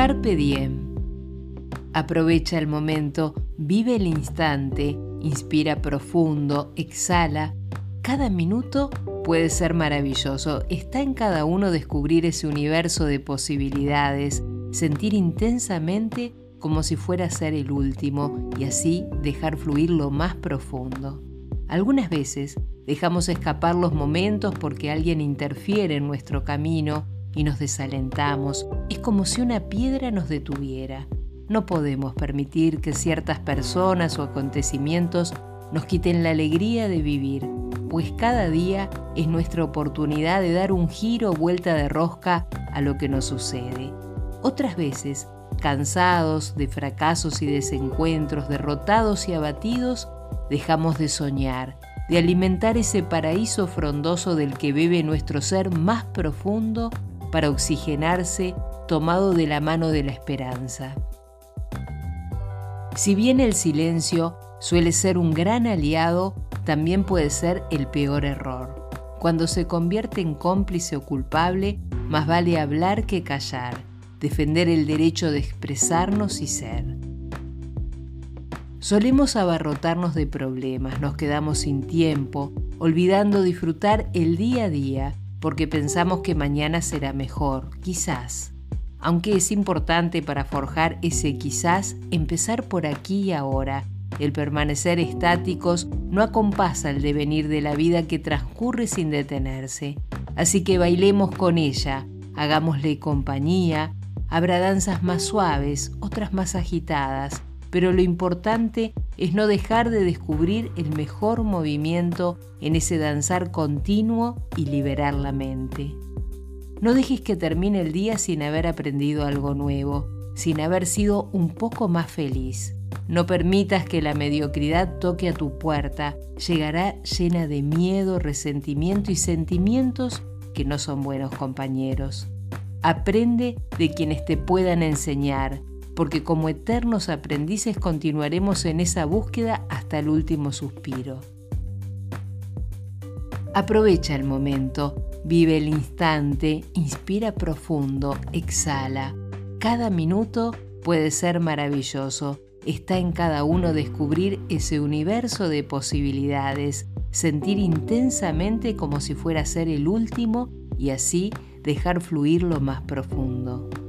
Carpe diem. Aprovecha el momento, vive el instante, inspira profundo, exhala. Cada minuto puede ser maravilloso. Está en cada uno descubrir ese universo de posibilidades, sentir intensamente como si fuera a ser el último y así dejar fluir lo más profundo. Algunas veces dejamos escapar los momentos porque alguien interfiere en nuestro camino y nos desalentamos. Es como si una piedra nos detuviera. No podemos permitir que ciertas personas o acontecimientos nos quiten la alegría de vivir, pues cada día es nuestra oportunidad de dar un giro o vuelta de rosca a lo que nos sucede. Otras veces, cansados de fracasos y desencuentros, derrotados y abatidos, dejamos de soñar, de alimentar ese paraíso frondoso del que bebe nuestro ser más profundo para oxigenarse tomado de la mano de la esperanza. Si bien el silencio suele ser un gran aliado, también puede ser el peor error. Cuando se convierte en cómplice o culpable, más vale hablar que callar, defender el derecho de expresarnos y ser. Solemos abarrotarnos de problemas, nos quedamos sin tiempo, olvidando disfrutar el día a día, porque pensamos que mañana será mejor, quizás. Aunque es importante para forjar ese quizás empezar por aquí y ahora. El permanecer estáticos no acompasa el devenir de la vida que transcurre sin detenerse. Así que bailemos con ella, hagámosle compañía. Habrá danzas más suaves, otras más agitadas, pero lo importante es no dejar de descubrir el mejor movimiento en ese danzar continuo y liberar la mente. No dejes que termine el día sin haber aprendido algo nuevo, sin haber sido un poco más feliz. No permitas que la mediocridad toque a tu puerta. Llegará llena de miedo, resentimiento y sentimientos que no son buenos compañeros. Aprende de quienes te puedan enseñar, porque como eternos aprendices continuaremos en esa búsqueda hasta el último suspiro. Aprovecha el momento, vive el instante, inspira profundo, exhala. Cada minuto puede ser maravilloso. Está en cada uno descubrir ese universo de posibilidades, sentir intensamente como si fuera a ser el último y así dejar fluir lo más profundo.